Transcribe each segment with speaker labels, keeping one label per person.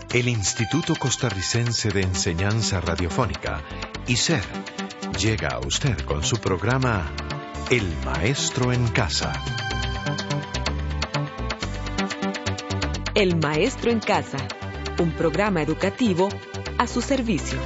Speaker 1: El Instituto Costarricense de Enseñanza Radiofónica, ICER, llega a usted con su programa El Maestro en Casa.
Speaker 2: El Maestro en Casa, un programa educativo a su servicio.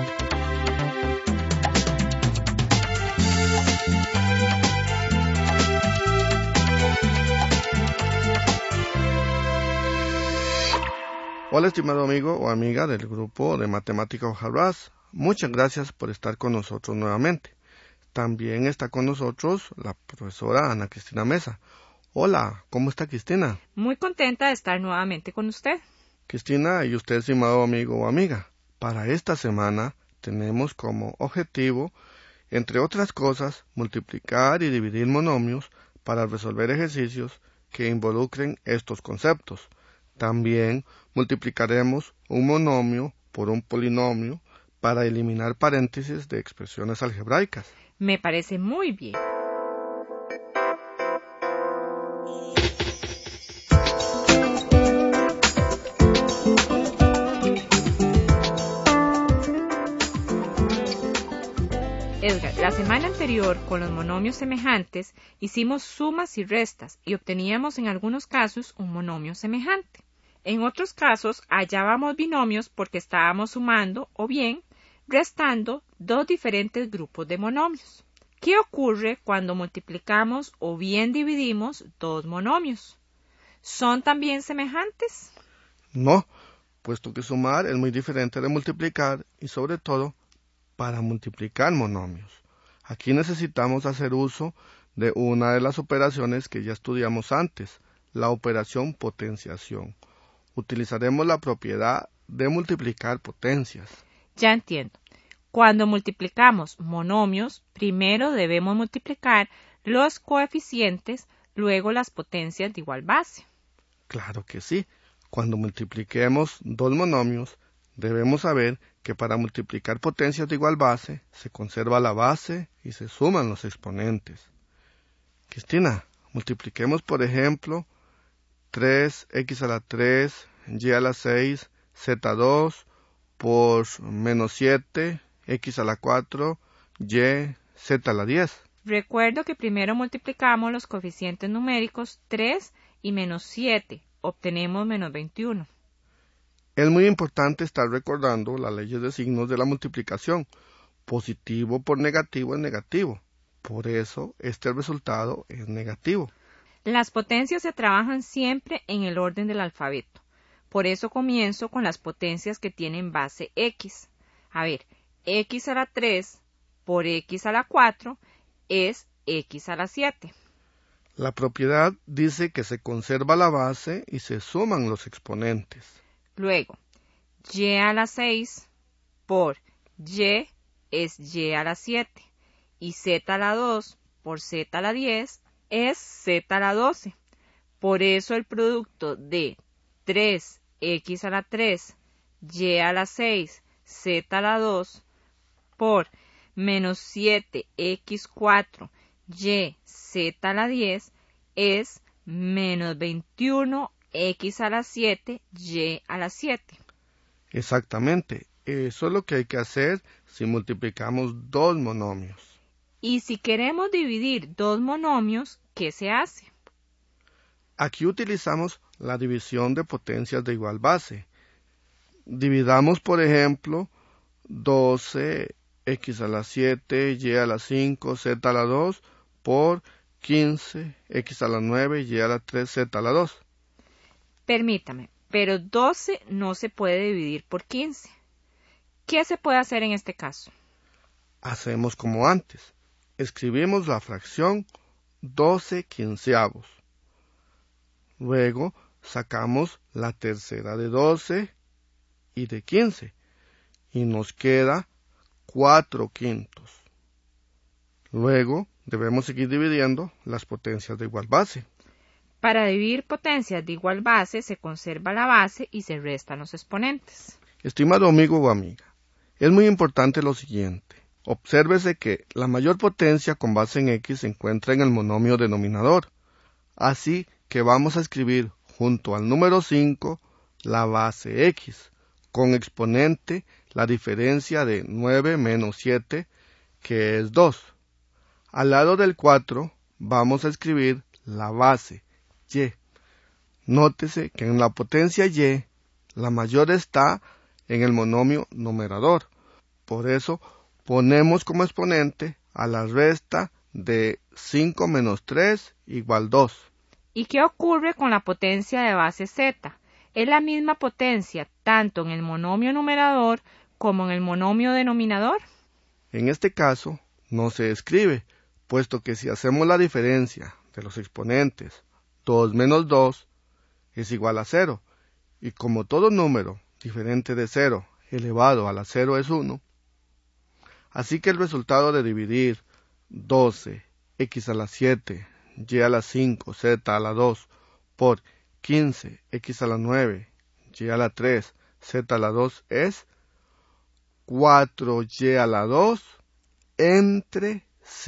Speaker 3: Hola, estimado amigo o amiga del grupo de Matemática Hojarras. Muchas gracias por estar con nosotros nuevamente. También está con nosotros la profesora Ana Cristina Mesa. Hola, ¿cómo está Cristina?
Speaker 4: Muy contenta de estar nuevamente con usted.
Speaker 3: Cristina y usted, estimado amigo o amiga, para esta semana tenemos como objetivo, entre otras cosas, multiplicar y dividir monomios para resolver ejercicios que involucren estos conceptos. También multiplicaremos un monomio por un polinomio para eliminar paréntesis de expresiones algebraicas.
Speaker 4: Me parece muy bien. Edgar, la semana anterior, con los monomios semejantes, hicimos sumas y restas y obteníamos en algunos casos un monomio semejante. En otros casos hallábamos binomios porque estábamos sumando o bien restando dos diferentes grupos de monomios. ¿Qué ocurre cuando multiplicamos o bien dividimos dos monomios? ¿Son también semejantes?
Speaker 3: No, puesto que sumar es muy diferente de multiplicar y sobre todo para multiplicar monomios. Aquí necesitamos hacer uso de una de las operaciones que ya estudiamos antes, la operación potenciación. Utilizaremos la propiedad de multiplicar potencias.
Speaker 4: Ya entiendo. Cuando multiplicamos monomios, primero debemos multiplicar los coeficientes, luego las potencias de igual base.
Speaker 3: Claro que sí. Cuando multipliquemos dos monomios, debemos saber que para multiplicar potencias de igual base, se conserva la base y se suman los exponentes. Cristina, multipliquemos por ejemplo 3x a la 3, y a la 6, z2, por menos 7, x a la 4, y, z a la 10.
Speaker 4: Recuerdo que primero multiplicamos los coeficientes numéricos 3 y menos 7. Obtenemos menos 21.
Speaker 3: Es muy importante estar recordando las leyes de signos de la multiplicación. Positivo por negativo es negativo. Por eso este resultado es negativo.
Speaker 4: Las potencias se trabajan siempre en el orden del alfabeto. Por eso comienzo con las potencias que tienen base x. A ver, x a la 3 por x a la 4 es x a la 7.
Speaker 3: La propiedad dice que se conserva la base y se suman los exponentes.
Speaker 4: Luego, y a la 6 por y es y a la 7. Y z a la 2 por z a la 10 es z a la 12. Por eso el producto de 3x a la 3, y a la 6, z a la 2, por menos 7x4, y, z a la 10, es menos 21x a la 7, y a la 7.
Speaker 3: Exactamente, eso es lo que hay que hacer si multiplicamos dos monomios.
Speaker 4: Y si queremos dividir dos monomios, ¿qué se hace?
Speaker 3: Aquí utilizamos la división de potencias de igual base. Dividamos, por ejemplo, 12x a la 7, y a la 5, z a la 2, por 15x a la 9, y a la 3, z a la 2.
Speaker 4: Permítame, pero 12 no se puede dividir por 15. ¿Qué se puede hacer en este caso?
Speaker 3: Hacemos como antes. Escribimos la fracción 12 quinceavos. Luego sacamos la tercera de 12 y de 15 y nos queda 4 quintos. Luego debemos seguir dividiendo las potencias de igual base.
Speaker 4: Para dividir potencias de igual base se conserva la base y se restan los exponentes.
Speaker 3: Estimado amigo o amiga, es muy importante lo siguiente. Obsérvese que la mayor potencia con base en x se encuentra en el monomio denominador. Así que vamos a escribir junto al número 5 la base x. con exponente la diferencia de 9 menos 7, que es 2. Al lado del 4 vamos a escribir la base, y. Nótese que en la potencia y, la mayor está en el monomio numerador. Por eso ponemos como exponente a la resta de 5 menos 3 igual 2.
Speaker 4: ¿Y qué ocurre con la potencia de base z? Es la misma potencia tanto en el monomio numerador como en el monomio denominador.
Speaker 3: En este caso no se escribe, puesto que si hacemos la diferencia de los exponentes 2 menos 2 es igual a 0, y como todo número diferente de 0 elevado a la 0 es 1, así que el resultado de dividir 12 x a la 7, y a la 5, z a la 2 por 15 x a la 9, y a la 3, z a la 2 es 4y a la 2 entre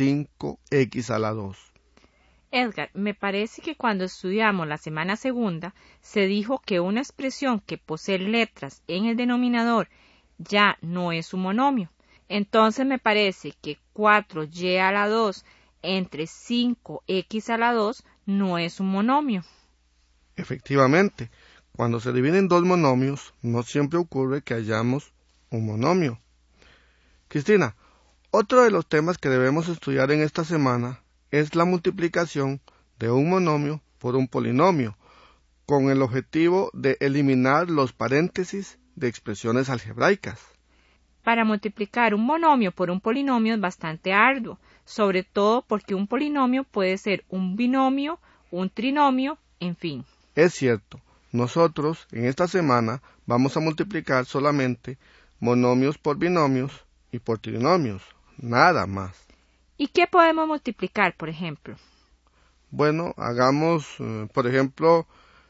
Speaker 3: 5x a la 2.
Speaker 4: Edgar, me parece que cuando estudiamos la semana segunda se dijo que una expresión que posee letras en el denominador ya no es un monomio. Entonces me parece que 4y a la 2 entre 5x a la 2 no es un monomio.
Speaker 3: Efectivamente, cuando se dividen dos monomios, no siempre ocurre que hayamos un monomio. Cristina, otro de los temas que debemos estudiar en esta semana es la multiplicación de un monomio por un polinomio, con el objetivo de eliminar los paréntesis de expresiones algebraicas.
Speaker 4: Para multiplicar un monomio por un polinomio es bastante arduo, sobre todo porque un polinomio puede ser un binomio, un trinomio, en fin.
Speaker 3: Es cierto, nosotros en esta semana vamos a multiplicar solamente monomios por binomios y por trinomios, nada más.
Speaker 4: ¿Y qué podemos multiplicar, por ejemplo?
Speaker 3: Bueno, hagamos, por ejemplo,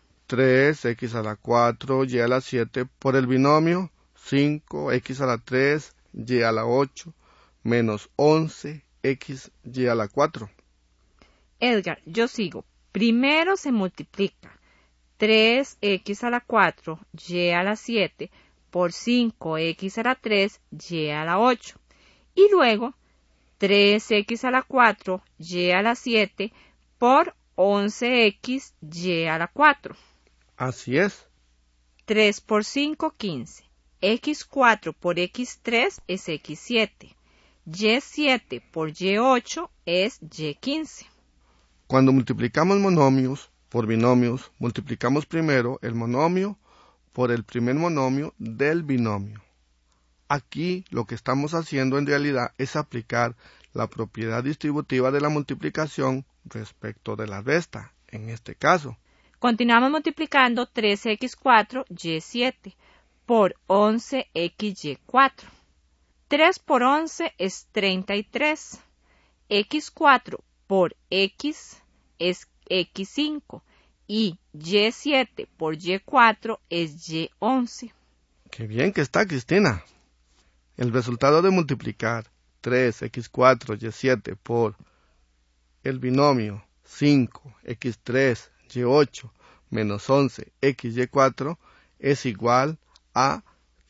Speaker 3: 3x a la 4, y a la 7 por el binomio 5x a la 3, y a la 8, menos 11x, y a la 4.
Speaker 4: Edgar, yo sigo. Primero se multiplica 3x a la 4, y a la 7, por 5x a la 3, y a la 8. Y luego 3x a la 4, y a la 7, por 11x, y a la 4.
Speaker 3: Así es.
Speaker 4: 3 por 5, 15. x4 por x3 es x7. y7 por y8 es y15.
Speaker 3: Cuando multiplicamos monomios por binomios, multiplicamos primero el monomio por el primer monomio del binomio. Aquí lo que estamos haciendo en realidad es aplicar la propiedad distributiva de la multiplicación respecto de la resta, en este caso.
Speaker 4: Continuamos multiplicando 3x4, y7, por 11xy4. 3 por 11 es 33. x4 por x es x5 y y7 por y4 es y11.
Speaker 3: ¡Qué bien que está, Cristina! El resultado de multiplicar 3x4, y7 por el binomio 5x3, y8 menos 11xy4 es igual a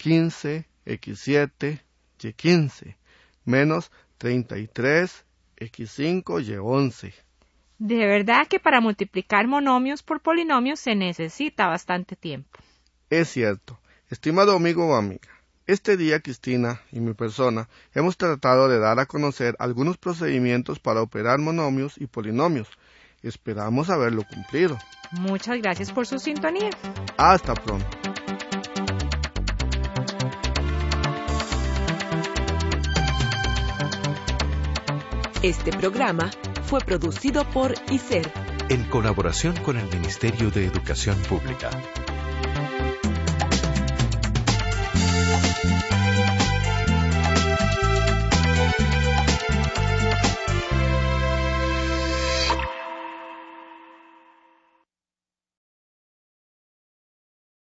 Speaker 3: 15x7, y15 menos 33, x5, y11.
Speaker 4: De verdad que para multiplicar monomios por polinomios se necesita bastante tiempo.
Speaker 3: Es cierto. Estimado amigo o amiga, este día Cristina y mi persona hemos tratado de dar a conocer algunos procedimientos para operar monomios y polinomios. Esperamos haberlo cumplido.
Speaker 4: Muchas gracias por su sintonía.
Speaker 3: Hasta pronto.
Speaker 2: Este programa fue producido por ICER
Speaker 1: en colaboración con el Ministerio de Educación Pública.